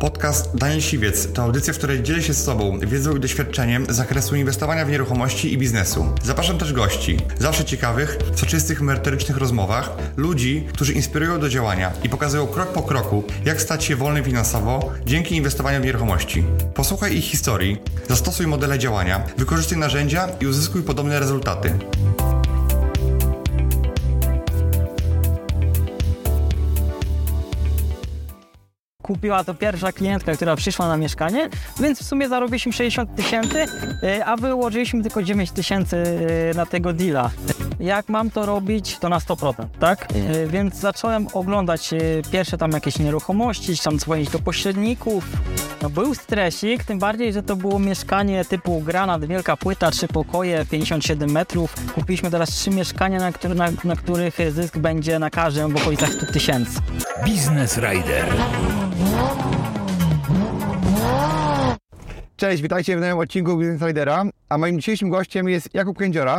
Podcast Daniel Siwiec to audycja, w której dzielę się z Tobą wiedzą i doświadczeniem z zakresu inwestowania w nieruchomości i biznesu. Zapraszam też gości, zawsze ciekawych, w soczystych, merytorycznych rozmowach, ludzi, którzy inspirują do działania i pokazują krok po kroku, jak stać się wolnym finansowo dzięki inwestowaniu w nieruchomości. Posłuchaj ich historii, zastosuj modele działania, wykorzystuj narzędzia i uzyskuj podobne rezultaty. Kupiła to pierwsza klientka, która przyszła na mieszkanie, więc w sumie zarobiliśmy 60 000, a wyłożyliśmy tylko 9 000 na tego deala. Jak mam to robić, to na 100%, tak? Więc zacząłem oglądać pierwsze tam jakieś nieruchomości, tam dzwonić do pośredników. No, był stresik, tym bardziej, że to było mieszkanie typu granat, wielka płyta, 3 pokoje, 57 metrów. Kupiliśmy teraz 3 mieszkania, na których zysk będzie na każdym w okolicach 100 000. Business Rider. Cześć, witajcie w nowym odcinku Business Ridera, a moim dzisiejszym gościem jest Jakub Kędziora.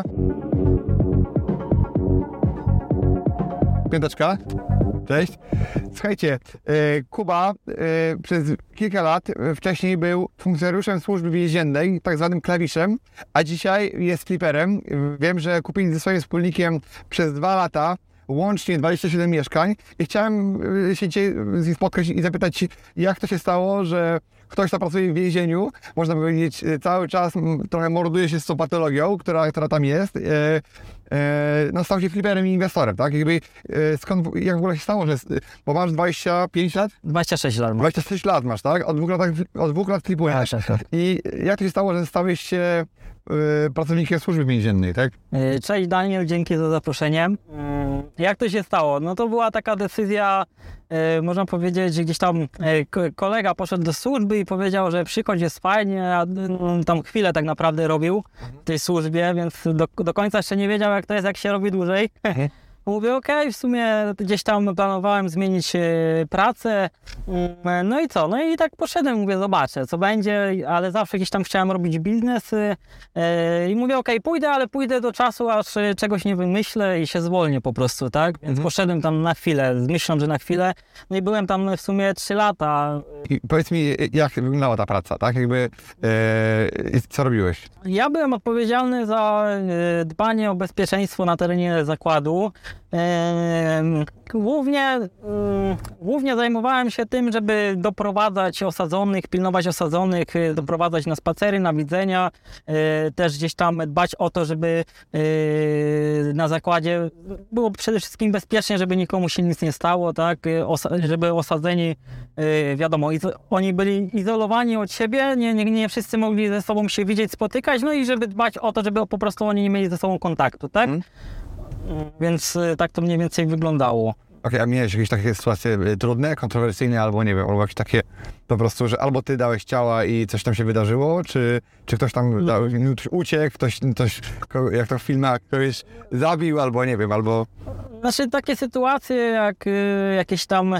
Piąteczka. Cześć. Słuchajcie, Kuba przez kilka lat wcześniej był funkcjonariuszem służby więziennej, tak zwanym klawiszem, a dzisiaj jest fliperem. Wiem, że kupili ze swoim wspólnikiem przez 2 lata łącznie 27 mieszkań i chciałem się dzisiaj z nim spotkać i zapytać, jak to się stało, że ktoś, kto pracuje w więzieniu, można powiedzieć, cały czas trochę morduje się z tą patologią, która tam jest, no stał się fliperem i inwestorem, tak? Jak w ogóle się stało, że, bo masz 25 lat? 26 lat. 26 lat masz, tak? Od dwóch lat flipujesz. I jak to się stało, że stałeś się pracownikiem służby więziennej, tak? Cześć Daniel, dzięki za zaproszenie. Jak to się stało? No to była taka decyzja, można powiedzieć, że gdzieś tam kolega poszedł do służby i powiedział, że przychodź, jest fajnie, a tam chwilę tak naprawdę robił w tej służbie, więc do końca jeszcze nie wiedział, jak to jest, jak się robi dłużej. Mówię, okej, w sumie gdzieś tam planowałem zmienić pracę, no i co? No i tak poszedłem, mówię, zobaczę, co będzie, ale zawsze gdzieś tam chciałem robić biznes i mówię, okej, pójdę, ale pójdę do czasu, aż czegoś nie wymyślę i się zwolnię po prostu, tak? Więc poszedłem tam na chwilę, z myślą, że na chwilę, no i byłem tam w sumie 3 lata. I powiedz mi, jak wyglądała ta praca, tak? Co robiłeś? Ja byłem odpowiedzialny za dbanie o bezpieczeństwo na terenie zakładu. Głównie zajmowałem się tym, żeby doprowadzać osadzonych, pilnować osadzonych, doprowadzać na spacery, na widzenia, też gdzieś tam dbać o to, żeby na zakładzie było przede wszystkim bezpiecznie, żeby nikomu się nic nie stało, tak? Żeby osadzeni, wiadomo, oni byli izolowani od siebie, nie wszyscy mogli ze sobą się widzieć, spotykać, no i żeby dbać o to, żeby po prostu oni nie mieli ze sobą kontaktu, tak? Więc tak to mniej więcej wyglądało. Okej, a miałeś jakieś takie sytuacje trudne, kontrowersyjne, albo nie wiem, albo jakieś takie po prostu, że albo ty dałeś ciała i coś tam się wydarzyło, czy ktoś tam uciekł, ktoś, jak to w filmach, ktoś zabił, albo nie wiem, albo... Znaczy takie sytuacje jak jakieś tam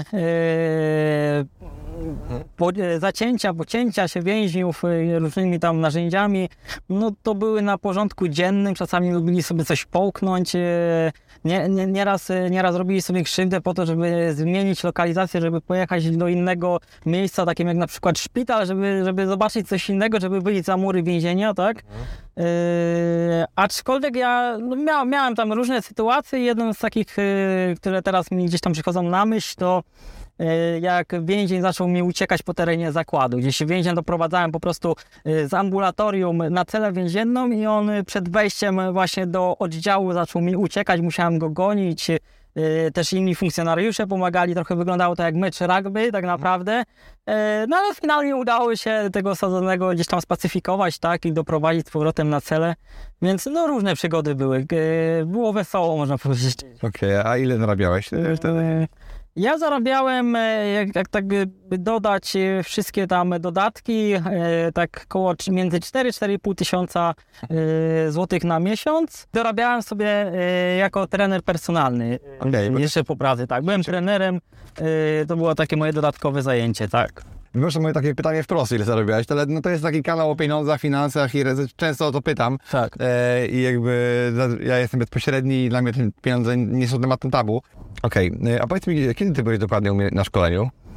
pocięcia się więźniów różnymi tam narzędziami, no to były na porządku dziennym, czasami lubili sobie coś połknąć, nieraz robili sobie krzywdę po to, żeby zmienić lokalizację, żeby pojechać do innego miejsca, takim jak na przykład szpital, żeby zobaczyć coś innego, żeby wyjść za mury więzienia, tak? Aczkolwiek ja miałem tam różne sytuacje. Jedną z takich, które teraz mi gdzieś tam przychodzą na myśl, to jak więzień zaczął mi uciekać po terenie zakładu. Gdzieś więzień doprowadzałem po prostu z ambulatorium na celę więzienną i on przed wejściem właśnie do oddziału zaczął mi uciekać, musiałem go gonić. Też inni funkcjonariusze pomagali, trochę wyglądało to jak mecz rugby tak naprawdę. No ale finalnie udało się tego osadzonego gdzieś tam spacyfikować, tak, i doprowadzić z powrotem na celę. Więc no różne przygody były. Było wesoło, można powiedzieć. Okej, a ile zarabiałeś wtedy? Ja zarabiałem, jak tak by dodać wszystkie tam dodatki, tak koło między 4-4,5 tysiąca złotych na miesiąc. Dorabiałem sobie jako trener personalny, jeszcze po pracy, tak. Byłem trenerem, to było takie moje dodatkowe zajęcie, tak. Proszę, moje takie pytanie wprost, ile zarobiłeś, ale no to jest taki kanał o pieniądzach, finansach i często o to pytam. Tak. I jakby ja jestem bezpośredni i dla mnie te pieniądze nie są tematem tabu. Okej, a powiedz mi, kiedy ty byłeś dokładnie na szkoleniu?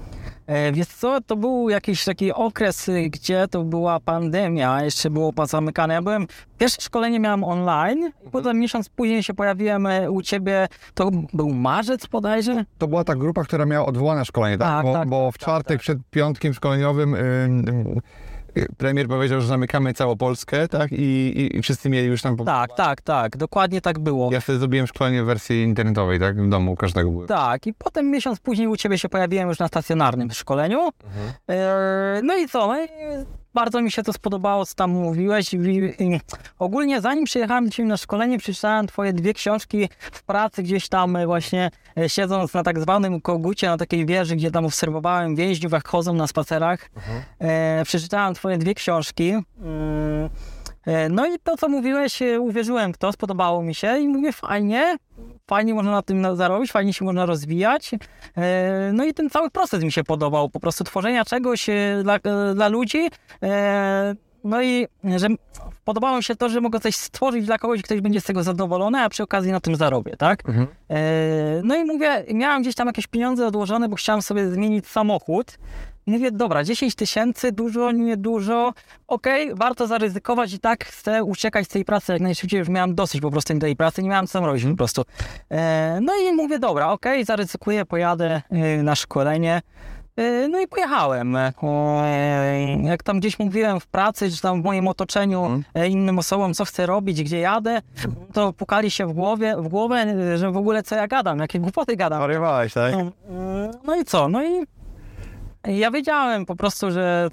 Wiesz co, to był jakiś taki okres, gdzie to była pandemia, jeszcze było pozamykane. Ja byłem, pierwsze szkolenie miałem online, i potem miesiąc później się pojawiłem u ciebie, to był marzec bodajże? To była ta grupa, która miała odwołane szkolenie, tak? Bo w czwartek przed piątkiem szkoleniowym premier powiedział, że zamykamy całą Polskę, tak? I wszyscy mieli już tam... Tak, dokładnie tak było. Ja wtedy zrobiłem szkolenie w wersji internetowej, tak? W domu każdego było. Tak, i potem miesiąc później u ciebie się pojawiłem już na stacjonarnym szkoleniu. No i co? No i bardzo mi się to spodobało, co tam mówiłeś. I ogólnie zanim przyjechałem do ciebie na szkolenie, przeczytałem twoje 2 książki w pracy, gdzieś tam właśnie siedząc na tak zwanym kogucie, na takiej wieży, gdzie tam obserwowałem więźniów, jak chodzą na spacerach. Przeczytałem twoje 2 książki. No i to, co mówiłeś, uwierzyłem w to, spodobało mi się i mówię, fajnie można na tym zarobić, fajnie się można rozwijać. No i ten cały proces mi się podobał, po prostu tworzenia czegoś dla ludzi. No i że podobało mi się to, że mogę coś stworzyć dla kogoś, ktoś będzie z tego zadowolony, a przy okazji na tym zarobię, tak? No i mówię, miałem gdzieś tam jakieś pieniądze odłożone, bo chciałem sobie zmienić samochód. Mówię, dobra, 10 000, dużo, niedużo, okej, warto zaryzykować i tak chcę uciekać z tej pracy jak najszybciej, już miałem dosyć po prostu tej pracy, nie miałem co robić po prostu. No i mówię, dobra, zaryzykuję, pojadę na szkolenie. No i pojechałem. Jak tam gdzieś mówiłem w pracy, czy tam w moim otoczeniu innym osobom, co chcę robić, gdzie jadę, to pukali się w głowę, że w ogóle co ja gadam, jakie głupoty gadam. Wariowałeś, tak? No i co? No i ja wiedziałem po prostu, że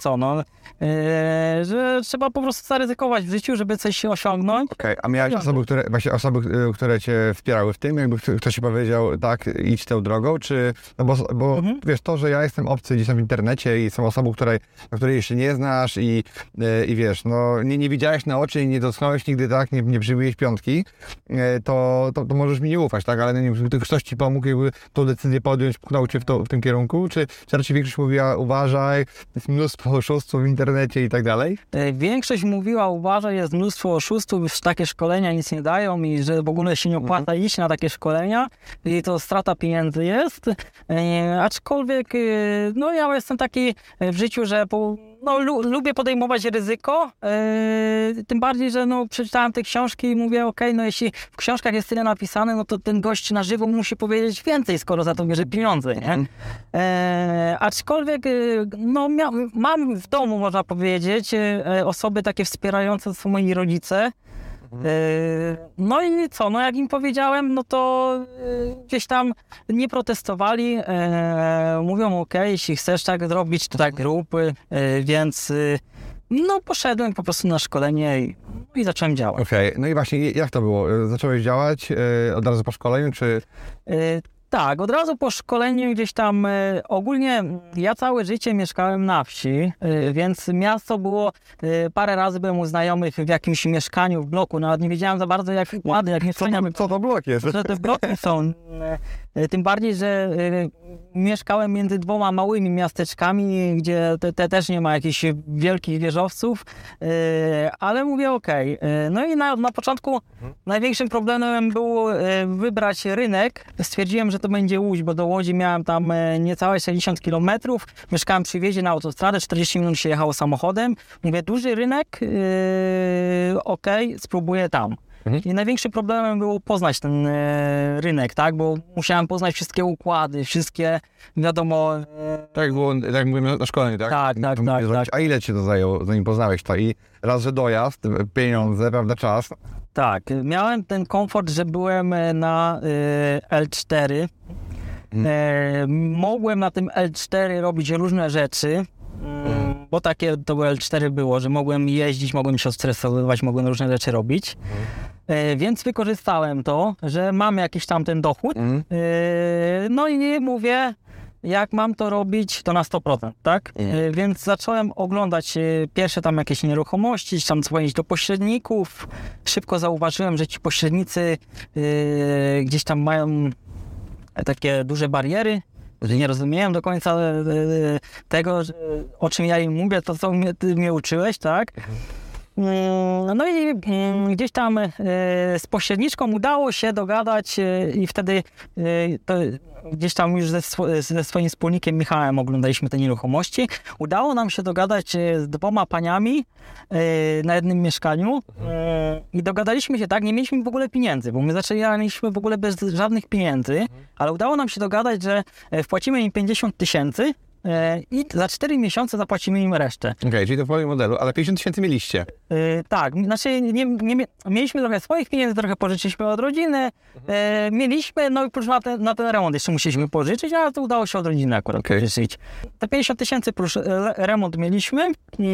że trzeba po prostu zaryzykować w życiu, żeby coś osiągnąć. Okej, a miałeś osoby, które cię wspierały w tym? Jakby ktoś ci powiedział, tak, idź tą drogą, czy... No bo wiesz, to, że ja jestem obcy gdzieś tam w internecie i są osoby, której jeszcze nie znasz i wiesz, no nie widziałeś na oczy i nie dotknąłeś nigdy, tak, nie przybiłeś piątki, to możesz mi nie ufać, tak, ale ktoś ci pomógł jakby tą decyzję podjąć, pchnął cię w tym kierunku, czy raczej większość mówiła, uważaj, jest mnóstwo oszustów w internecie i tak dalej? Większość mówiła, uważaj, jest mnóstwo oszustów, już takie szkolenia nic nie dają i że w ogóle się nie opłaca iść na takie szkolenia i to strata pieniędzy jest. Aczkolwiek, no ja jestem taki w życiu, że lubię podejmować ryzyko, tym bardziej, że przeczytałem te książki i mówię, no jeśli w książkach jest tyle napisane, no to ten gość na żywo musi powiedzieć więcej, skoro za to bierze pieniądze, nie? Aczkolwiek, mam w domu, można powiedzieć, osoby takie wspierające, to są moi rodzice. No i co, jak im powiedziałem, no to gdzieś tam nie protestowali, mówią, jeśli chcesz tak zrobić, to tak rób, więc poszedłem po prostu na szkolenie i zacząłem działać. Okej, no i właśnie, jak to było? Zacząłeś działać od razu po szkoleniu, czy... Tak, od razu po szkoleniu gdzieś tam, ogólnie ja całe życie mieszkałem na wsi, więc miasto było, parę razy byłem u znajomych w jakimś mieszkaniu, w bloku, nawet nie wiedziałem za bardzo jak mieszkania... Co to blok jest? Że te bloki są, tym bardziej, że mieszkałem między 2 małymi miasteczkami, gdzie też nie ma jakichś wielkich wieżowców, ale mówię no i na początku największym problemem było wybrać rynek. Stwierdziłem, że to będzie Łódź, bo do Łodzi miałem tam niecałe 60 km. Mieszkałem przy wjeździe na autostradę, 40 minut się jechało samochodem. Mówię, duży rynek, spróbuję tam. I największym problemem było poznać ten rynek, tak? Bo musiałem poznać wszystkie układy, wszystkie, wiadomo... Tak było, jak mówimy na szkoleniu, tak? Tak. A ile ci to zajęło, zanim poznałeś to? I raz, że dojazd, pieniądze, prawda, czas? Tak, miałem ten komfort, że byłem na L4. Mogłem na tym L4 robić różne rzeczy, bo takie to L4 było, że mogłem jeździć, mogłem się stresować, mogłem różne rzeczy robić. Więc wykorzystałem to, że mam jakiś tam ten dochód. No i mówię, jak mam to robić, to na 100%, tak? Więc zacząłem oglądać pierwsze tam jakieś nieruchomości, tam dzwonić do pośredników. Szybko zauważyłem, że ci pośrednicy gdzieś tam mają takie duże bariery, że nie rozumieją do końca tego, o czym ja im mówię, to co ty mnie uczyłeś, tak? No i gdzieś tam z pośredniczką udało się dogadać i wtedy to gdzieś tam już ze swoim wspólnikiem Michałem oglądaliśmy te nieruchomości. Udało nam się dogadać z 2 paniami na jednym mieszkaniu i dogadaliśmy się tak, nie mieliśmy w ogóle pieniędzy, bo my zaczęliśmy w ogóle bez żadnych pieniędzy, ale udało nam się dogadać, że wpłacimy im 50 000 i za 4 miesiące zapłacimy im resztę. Okej, czyli to w moim modelu, ale 50 000 mieliście. Tak, znaczy mieliśmy trochę swoich pieniędzy, trochę pożyczyliśmy od rodziny, mieliśmy, no i plus na ten remont jeszcze musieliśmy pożyczyć, ale to udało się od rodziny akurat pożyczyć. Te 50 000 plus remont mieliśmy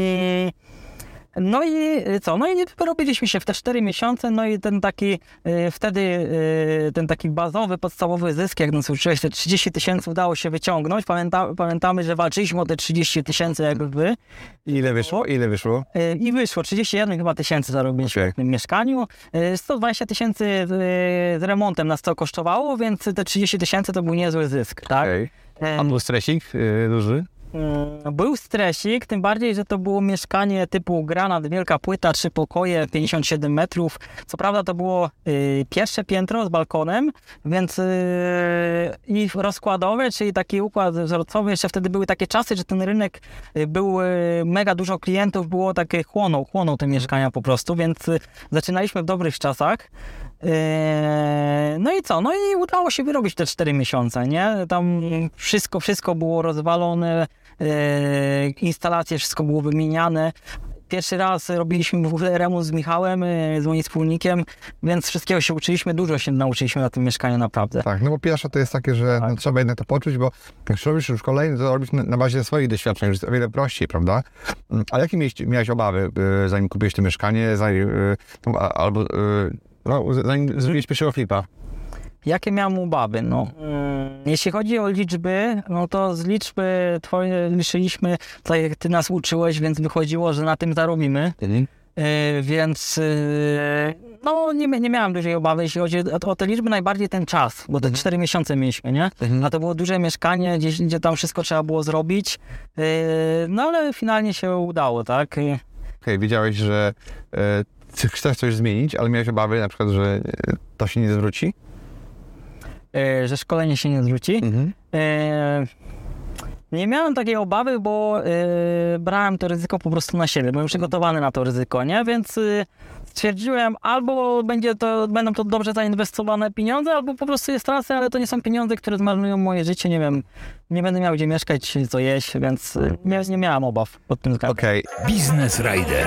no i co? No i robiliśmy się w te 4 miesiące, no i ten taki wtedy ten taki bazowy, podstawowy zysk, jak nas uczyłeś, te 30 000 udało się wyciągnąć. Pamiętamy, że walczyliśmy o te 30 000 jakby. Ile wyszło? I wyszło 31 chyba tysięcy zarobiliśmy w tym mieszkaniu. 120 000 z remontem nas to kosztowało, więc te 30 000 to był niezły zysk, tak? A był stresik duży? Był stresik, tym bardziej, że to było mieszkanie typu granat, wielka płyta, 3 pokoje, 57 metrów. Co prawda to było pierwsze piętro z balkonem, więc i rozkładowe, czyli taki układ wzorcowy. Jeszcze wtedy były takie czasy, że ten rynek był mega dużo klientów, było takie chłonął te mieszkania po prostu, więc zaczynaliśmy w dobrych czasach. No i co? No i udało się wyrobić te 4 miesiące, nie? Tam wszystko było rozwalone, instalacje, wszystko było wymieniane. Pierwszy raz robiliśmy w ogóle remont z Michałem, z moim wspólnikiem, więc wszystkiego się uczyliśmy, dużo się nauczyliśmy na tym mieszkaniu naprawdę. Tak, no bo pierwsze to jest takie, że no, trzeba jednak to poczuć, bo jak robisz już kolejny, to robisz na bazie swoich doświadczeń, już jest o wiele prościej, prawda? A jakie miałeś obawy, zanim kupiłeś to mieszkanie, zanim zrobiłeś pierwszego flipa? Jakie miałem obawy? No, jeśli chodzi o liczby, no to z liczby twoje liczyliśmy, tak jak ty nas uczyłeś, więc wychodziło, że na tym zarobimy. Więc no nie miałem dużej obawy, jeśli chodzi o te liczby, najbardziej ten czas, bo te 4 miesiące mieliśmy, nie? A to było duże mieszkanie, gdzie tam wszystko trzeba było zrobić, no ale finalnie się udało, tak? Okej, wiedziałeś, że chcesz coś zmienić, ale miałeś obawy na przykład, że to się nie zwróci? Że szkolenie się nie zwróci. Nie miałem takiej obawy, bo brałem to ryzyko po prostu na siebie. Byłem przygotowany na to ryzyko, nie? Więc stwierdziłem, albo będą to dobrze zainwestowane pieniądze, albo po prostu je stracę, ale to nie są pieniądze, które zmarnują moje życie, nie wiem, nie będę miał gdzie mieszkać, co jeść, więc nie miałem obaw pod tym względem. Okej. Business Rider.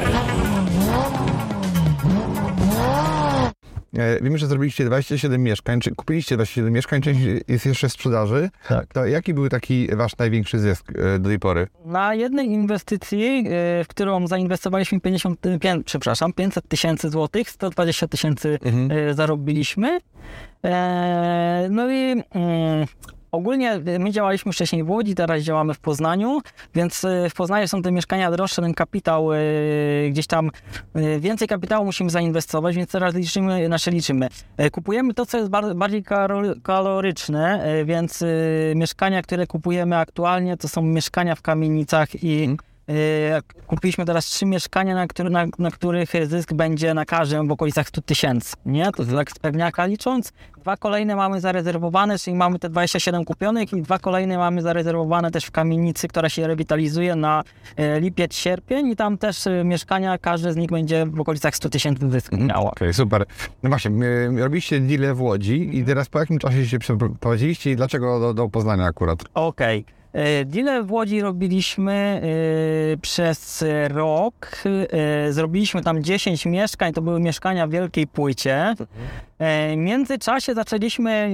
Wiemy, że zrobiliście 27 mieszkań, czy kupiliście 27 mieszkań, część jest jeszcze w sprzedaży. Tak. To jaki był taki wasz największy zysk do tej pory? Na jednej inwestycji, w którą zainwestowaliśmy 500 000 złotych, 120 000 zarobiliśmy. No i ogólnie my działaliśmy wcześniej w Łodzi, teraz działamy w Poznaniu, więc w Poznaniu są te mieszkania droższe, ten kapitał gdzieś tam więcej kapitału musimy zainwestować, więc teraz liczymy. Kupujemy to, co jest bardziej kaloryczne, więc mieszkania, które kupujemy aktualnie, to są mieszkania w kamienicach i kupiliśmy teraz 3 mieszkania, na których zysk będzie na każdym w okolicach 100 000, nie? To tak z pewniaka licząc. 2 kolejne mamy zarezerwowane, czyli mamy te 27 kupionych i 2 kolejne mamy zarezerwowane też w kamienicy, która się rewitalizuje na lipiec, sierpień i tam też mieszkania, każde z nich będzie w okolicach 100 000 zysku miało. Okej, super. No właśnie, robiliście deale w Łodzi i teraz po jakim czasie się przeprowadziliście i dlaczego do Poznania akurat? Okej. Deale w Łodzi robiliśmy przez rok. Zrobiliśmy tam 10 mieszkań, to były mieszkania w wielkiej płycie. W międzyczasie zaczęliśmy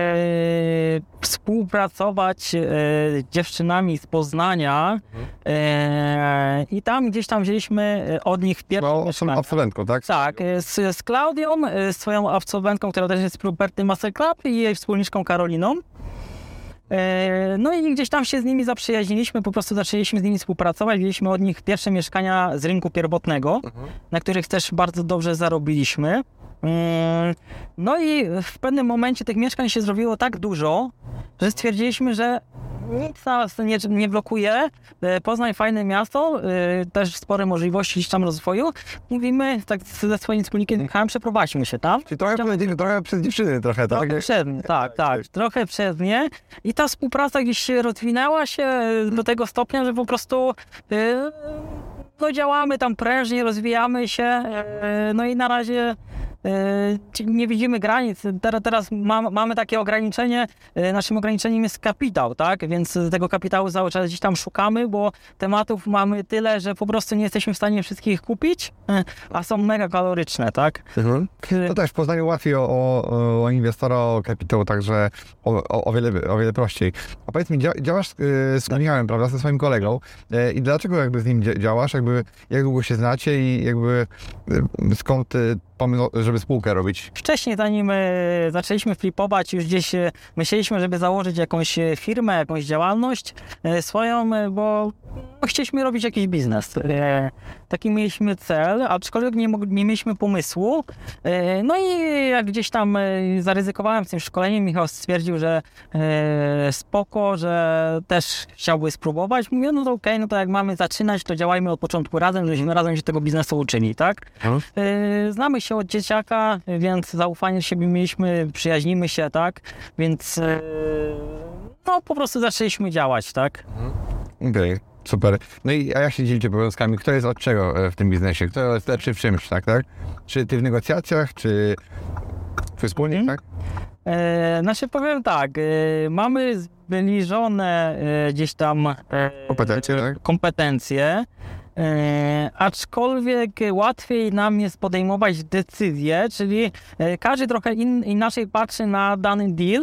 współpracować z dziewczynami z Poznania i tam gdzieś tam wzięliśmy od nich pierwsze mieszkania. Absolwentką, tak? Tak, z Klaudią, swoją absolwentką, która też jest z Property Master Club i jej wspólniczką Karoliną. No i gdzieś tam się z nimi zaprzyjaźniliśmy, po prostu zaczęliśmy z nimi współpracować, wzięliśmy od nich pierwsze mieszkania z rynku pierwotnego, na których też bardzo dobrze zarobiliśmy. No i w pewnym momencie tych mieszkań się zrobiło tak dużo, że stwierdziliśmy, że nic nas nie blokuje. Poznań fajne miasto, też spore możliwości gdzieś tam rozwoju. Mówimy tak ze swoim wspólnikiem, przeprowadźmy się tam. Czyli trochę przez dziewczyny trochę, tak? Trochę przez mnie, tak. Trochę przez mnie. I ta współpraca gdzieś się rozwinęła się do tego stopnia, że po prostu no działamy tam prężnie, rozwijamy się. No i na razie nie widzimy granic. Teraz mamy takie ograniczenie, naszym ograniczeniem jest kapitał, tak? Więc tego kapitału cały czas gdzieś tam szukamy, bo tematów mamy tyle, że po prostu nie jesteśmy w stanie wszystkich kupić, a są mega kaloryczne, tak? To też w Poznaniu łatwiej o inwestora, o kapitał, także o wiele prościej. A powiedz mi, działasz z Michałem, prawda, ze swoim kolegą i dlaczego jakby z nim działasz? Jakby, jak długo się znacie i jakby skąd pomysł, żeby spółkę robić? Wcześniej, zanim zaczęliśmy flipować, już gdzieś myśleliśmy, żeby założyć jakąś firmę, jakąś działalność swoją, bo chcieliśmy robić jakiś biznes. Taki mieliśmy cel, aczkolwiek nie mieliśmy pomysłu. No i jak gdzieś tam zaryzykowałem z tym szkoleniem, Michał stwierdził, że spoko, że też chciałby spróbować. Mówię, no to okej, no to jak mamy zaczynać, to działajmy od początku razem, żebyśmy razem się tego biznesu uczyli, tak? Znamy się od dzieciaka, więc zaufanie do siebie mieliśmy, przyjaźnimy się, tak? Więc no po prostu zaczęliśmy działać, tak? Okej. Super. No i a jak się dzielicie obowiązkami? Kto jest od czego w tym biznesie? Kto jest lepszy w czymś, tak? Czy ty w negocjacjach, czy wspólnie, tak? Znaczy powiem tak, mamy zbliżone gdzieś tam kompetencje, aczkolwiek łatwiej nam jest podejmować decyzje, czyli każdy trochę inaczej patrzy na dany deal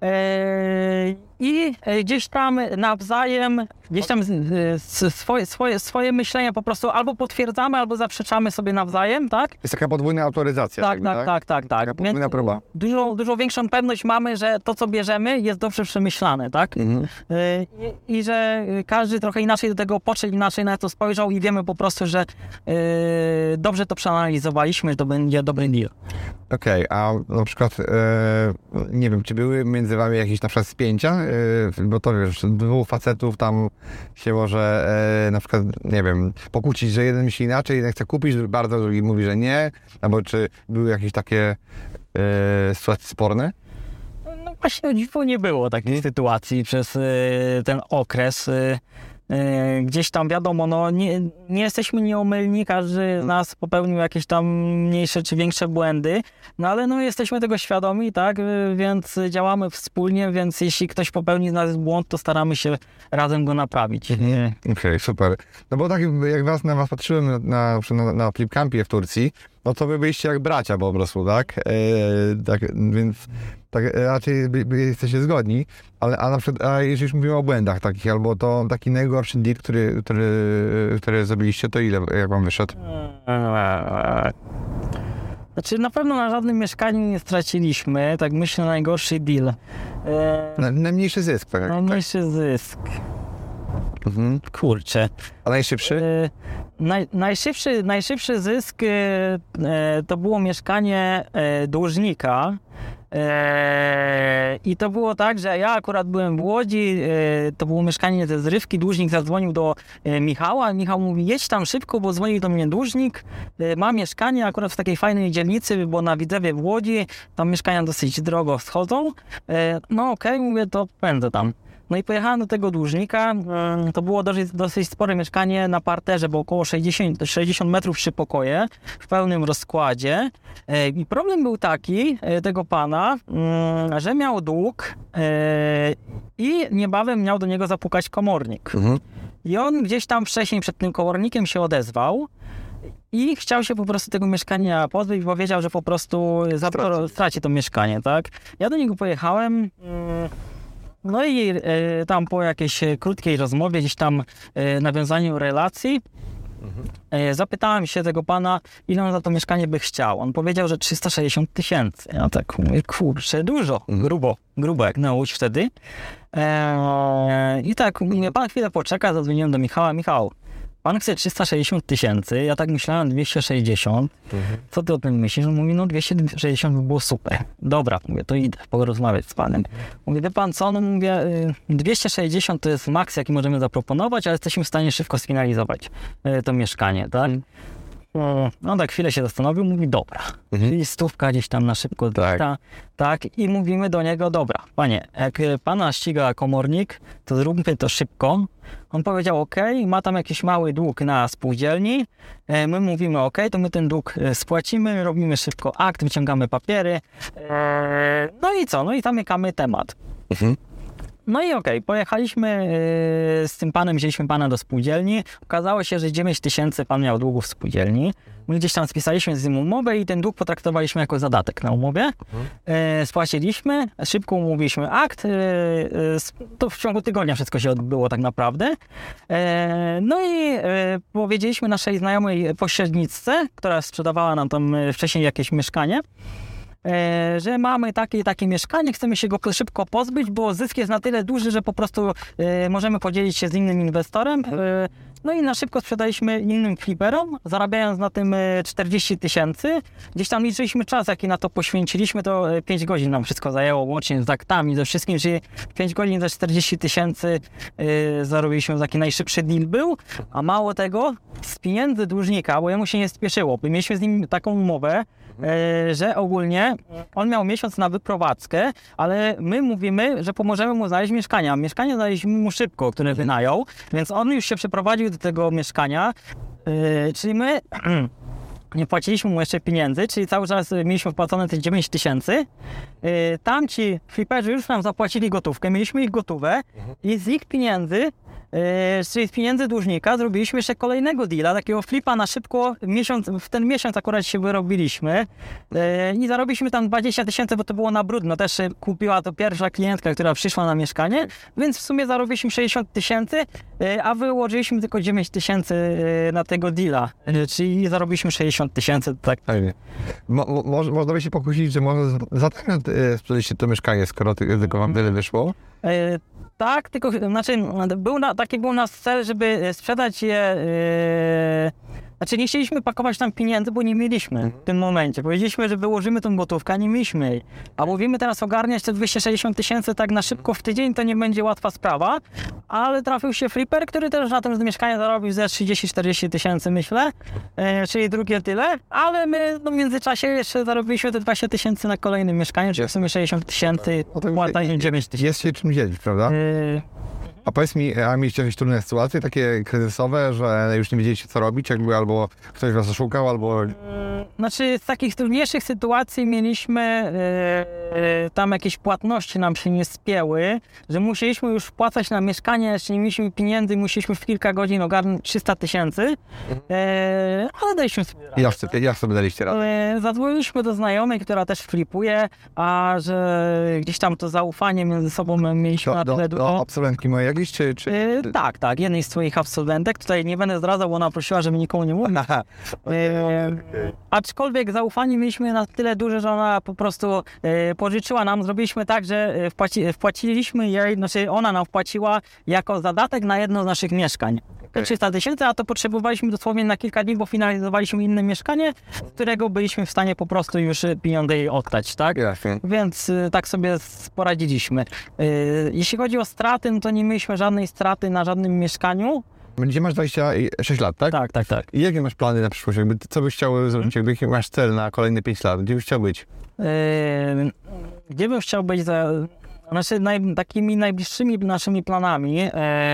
i gdzieś tam nawzajem, gdzieś tam swoje myślenie po prostu albo potwierdzamy, albo zaprzeczamy sobie nawzajem, tak? Jest taka podwójna autoryzacja. Tak. Taka podwójna próba. Dużo większą pewność mamy, że to, co bierzemy, jest dobrze przemyślane, tak? I że każdy trochę inaczej do tego podszedł, inaczej na to spojrzał i wiemy po prostu, że dobrze to przeanalizowaliśmy, że to będzie dobry deal. Okej, a na przykład nie wiem, czy były między wami jakieś na przykład spięcia? Bo to wiesz, dwóch facetów tam się może na przykład, nie wiem, pokłócić, że jeden myśli inaczej, jeden chce kupić, drugi mówi, że nie, albo czy były jakieś takie sytuacje sporne? No właśnie o dziwo nie było takich sytuacji przez ten okres. Gdzieś tam wiadomo, no nie jesteśmy nieomylni, każdy z nas popełnił jakieś tam mniejsze czy większe błędy, no ale no jesteśmy tego świadomi, tak, więc działamy wspólnie, więc jeśli ktoś popełni z nas błąd, to staramy się razem go naprawić. Okej, super. No bo tak jak na was patrzyłem na Flipcampie w Turcji, no to wy byliście jak bracia po prostu, tak? Tak, więc tak raczej jesteście zgodni, ale na przykład, jeżeli już mówimy o błędach takich, albo to taki najgorszy deal, który zrobiliście, to ile, jak wam wyszedł? Znaczy na pewno na żadnym mieszkaniu nie straciliśmy, tak myślę, najgorszy deal. Najmniejszy zysk, tak? Najmniejszy zysk. Kurczę. A najszybszy? Najszybszy zysk to było mieszkanie dłużnika. I to było tak, że ja akurat byłem w Łodzi, to było mieszkanie ze zrywki, dłużnik zadzwonił do Michała, Michał mówi, jedź tam szybko, bo dzwonił do mnie dłużnik, ma mieszkanie akurat w takiej fajnej dzielnicy, bo na Widzewie w Łodzi, tam mieszkania dosyć drogo schodzą, no okej, mówię, to pędzę tam. No i pojechałem do tego dłużnika, to było dosyć spore mieszkanie na parterze, bo około 60 metrów 3 pokoje w pełnym rozkładzie. I problem był taki tego pana, że miał dług i niebawem miał do niego zapukać komornik. I on gdzieś tam wcześniej przed tym komornikiem się odezwał i chciał się po prostu tego mieszkania pozbyć, bo wiedział, że po prostu straci to mieszkanie, tak? Ja do niego pojechałem. No i tam po jakiejś krótkiej rozmowie, gdzieś tam nawiązaniu relacji, zapytałem się tego pana, ile on za to mieszkanie by chciał. On powiedział, że 360 000. Ja tak mówię, kurczę, dużo, grubo jak na Łódź wtedy. I tak mówię, pan chwilę poczeka, zadzwoniłem do Michała. Michał, pan chce 360 000, ja tak myślałem 260. Co ty o tym myślisz? On mówi, no 260 by było super. Dobra, mówię, to idę porozmawiać z panem. Mówię, wie pan co? No mówię, 260 to jest maks, jaki możemy zaproponować, ale jesteśmy w stanie szybko sfinalizować to mieszkanie, tak? No tak chwilę się zastanowił, mówi dobra, czyli stówka gdzieś tam na szybko, tak, i mówimy do niego, dobra, panie, jak pana ściga komornik, to zróbmy to szybko. On powiedział okej, ma tam jakiś mały dług na spółdzielni, my mówimy okej, to my ten dług spłacimy, robimy szybko akt, wyciągamy papiery, no i co, no i zamykamy temat. No i okej, pojechaliśmy z tym panem, wzięliśmy pana do spółdzielni. Okazało się, że 9 000 pan miał długu w spółdzielni. My gdzieś tam spisaliśmy z nim umowę i ten dług potraktowaliśmy jako zadatek na umowie. Spłaciliśmy, szybko umówiliśmy akt. To w ciągu tygodnia wszystko się odbyło tak naprawdę. No i powiedzieliśmy naszej znajomej pośredniczce, która sprzedawała nam tam wcześniej jakieś mieszkanie, że mamy takie i takie mieszkanie, chcemy się go szybko pozbyć, bo zysk jest na tyle duży, że po prostu możemy podzielić się z innym inwestorem. No i na szybko sprzedaliśmy innym fliperom, zarabiając na tym 40 000. Gdzieś tam liczyliśmy czas, jaki na to poświęciliśmy, to 5 godzin nam wszystko zajęło, łącznie z aktami, ze wszystkim, czyli 5 godzin za 40 000 zarobiliśmy, taki najszybszy deal był, a mało tego, z pieniędzy dłużnika, bo jemu się nie spieszyło, mieliśmy z nim taką umowę, że ogólnie on miał miesiąc na wyprowadzkę, ale my mówimy, że pomożemy mu znaleźć mieszkania. Mieszkanie znaleźliśmy mu szybko, które wynajął, więc on już się przeprowadził do tego mieszkania, czyli my nie płaciliśmy mu jeszcze pieniędzy, czyli cały czas mieliśmy wpłacone te 9 000. Tamci fliperzy już nam zapłacili gotówkę, mieliśmy ich gotówę i z ich pieniędzy, czyli z pieniędzy dłużnika, zrobiliśmy jeszcze kolejnego deala, takiego flipa na szybko, w ten miesiąc akurat się wyrobiliśmy i zarobiliśmy tam 20 000, bo to było na brudno, też kupiła to pierwsza klientka, która przyszła na mieszkanie, więc w sumie zarobiliśmy 60 000, a wyłożyliśmy tylko 9 000 na tego deala, czyli zarobiliśmy 60 000, tak. Można by się pokusić, że może za tak sprzedaliście to mieszkanie, skoro tylko wam tyle wyszło? Tak, tylko znaczy taki był nasz cel, żeby sprzedać je. Znaczy nie chcieliśmy pakować tam pieniędzy, bo nie mieliśmy w tym momencie. Powiedzieliśmy, że wyłożymy tą gotówkę, a nie mieliśmy jej. A mówimy teraz ogarniać te 260 000 tak na szybko w tydzień, to nie będzie łatwa sprawa. Ale trafił się flipper, który też na tym mieszkaniu zarobił ze 30-40 tysięcy, myślę. Czyli drugie tyle. Ale my w międzyczasie jeszcze zarobiliśmy te 20 000 na kolejnym mieszkaniu, czyli w sumie 60 000, płataliśmy 9 000. Jest się czym dzielić, prawda? A powiedz mi, a mieliście jakieś trudne sytuacje, takie kryzysowe, że już nie wiedzieliście co robić, jakby albo ktoś was oszukał, albo... Znaczy z takich trudniejszych sytuacji mieliśmy tam jakieś płatności nam się nie spięły, że musieliśmy już wpłacać na mieszkanie, jeszcze nie mieliśmy pieniędzy, musieliśmy w kilka godzin ogarnąć 300 000, ale daliśmy sobie radę. Jak sobie daliście radę? Zadzwoniliśmy do znajomej, która też flipuje, a że gdzieś tam to zaufanie między sobą mieliśmy na tyle dużo. Do absolwentki mojej jakiejś, czy... Tak, jednej z twoich absolwentek, tutaj nie będę zdradzał, bo ona prosiła, żeby nikomu nie mówić. Aczkolwiek zaufanie mieliśmy na tyle duże, że ona po prostu pożyczyła nam, zrobiliśmy tak, że wpłaciliśmy jej, znaczy ona nam wpłaciła jako zadatek na jedno z naszych mieszkań. 300 000, a to potrzebowaliśmy dosłownie na kilka dni, bo finalizowaliśmy inne mieszkanie, z którego byliśmy w stanie po prostu już pieniądze jej oddać, tak? Jasne. Więc tak sobie poradziliśmy. Jeśli chodzi o straty, no to nie mieliśmy żadnej straty na żadnym mieszkaniu. Gdzie masz 26 lat, tak? Tak. I jakie masz plany na przyszłość? Co byś chciał zrobić? Jaki masz cel na kolejne 5 lat? Gdzie byś chciał być? Gdzie bym chciał być takimi najbliższymi naszymi planami?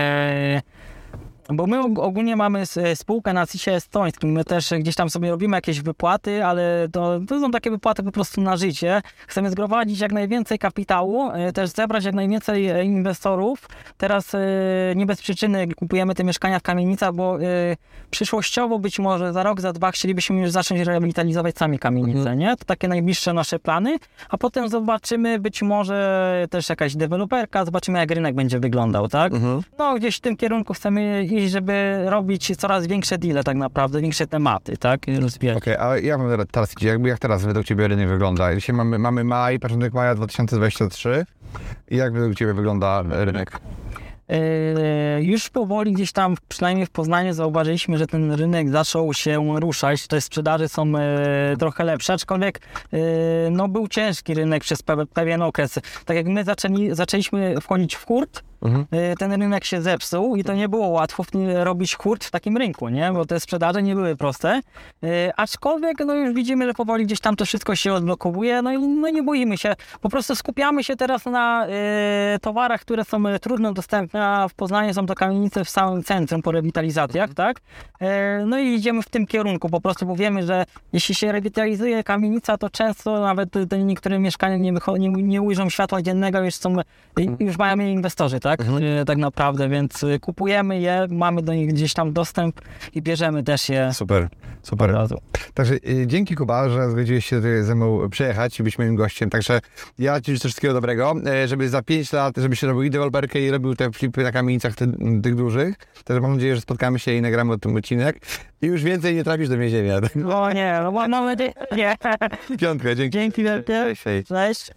Bo my ogólnie mamy spółkę na CIT-ie estońskim, my też gdzieś tam sobie robimy jakieś wypłaty, ale to są takie wypłaty po prostu na życie. Chcemy zgromadzić jak najwięcej kapitału, też zebrać jak najwięcej inwestorów. Teraz nie bez przyczyny kupujemy te mieszkania w kamienicach, bo przyszłościowo być może za rok, za 2 chcielibyśmy już zacząć rewitalizować sami kamienice, nie? To takie najbliższe nasze plany, a potem zobaczymy być może też jakaś deweloperka, zobaczymy jak rynek będzie wyglądał, tak? No gdzieś w tym kierunku chcemy iść, żeby robić coraz większe deale tak naprawdę, większe tematy, tak? Okej, a jak teraz idzie? Jak teraz według Ciebie rynek wygląda? Dzisiaj mamy maj, początek maja 2023 i jak według Ciebie wygląda rynek? już powoli gdzieś tam, przynajmniej w Poznaniu, zauważyliśmy, że ten rynek zaczął się ruszać, te sprzedaże są trochę lepsze, aczkolwiek no, był ciężki rynek przez pewien okres. Tak jak my zaczęliśmy wchodzić w hurt, ten rynek się zepsuł i to nie było łatwo robić hurt w takim rynku, nie? Bo te sprzedaże nie były proste. Aczkolwiek no już widzimy, że powoli gdzieś tam to wszystko się odblokowuje, no i nie boimy się. Po prostu skupiamy się teraz na towarach, które są trudno dostępne, a w Poznaniu są to kamienice w samym centrum po rewitalizacjach, tak? No i idziemy w tym kierunku, po prostu, bo wiemy, że jeśli się rewitalizuje kamienica, to często nawet te niektóre mieszkania nie ujrzą światła dziennego, już mają je inwestorzy, tak? Tak naprawdę, więc kupujemy je, mamy do nich gdzieś tam dostęp i bierzemy też je. Super. Od razu. Także dzięki, Kuba, że zgodziłeś się tutaj ze mną przyjechać i być moim gościem. Także ja Ci życzę wszystkiego dobrego, żeby za 5 lat, żebyś robił i deweloperkę i robił te flipy na kamienicach tych dużych. Także mam nadzieję, że spotkamy się i nagramy o tym odcinek. I już więcej nie trafisz do więzienia. No nie, no mam nadzieję, nie. 5, dzięki. Dzięki wielkie. Cześć.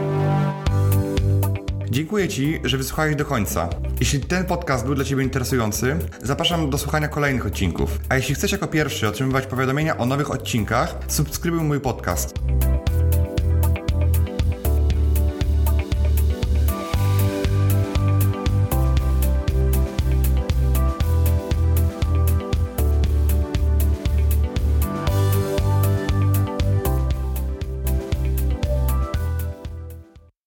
Dziękuję Ci, że wysłuchałeś do końca. Jeśli ten podcast był dla Ciebie interesujący, zapraszam do słuchania kolejnych odcinków. A jeśli chcesz jako pierwszy otrzymywać powiadomienia o nowych odcinkach, subskrybuj mój podcast.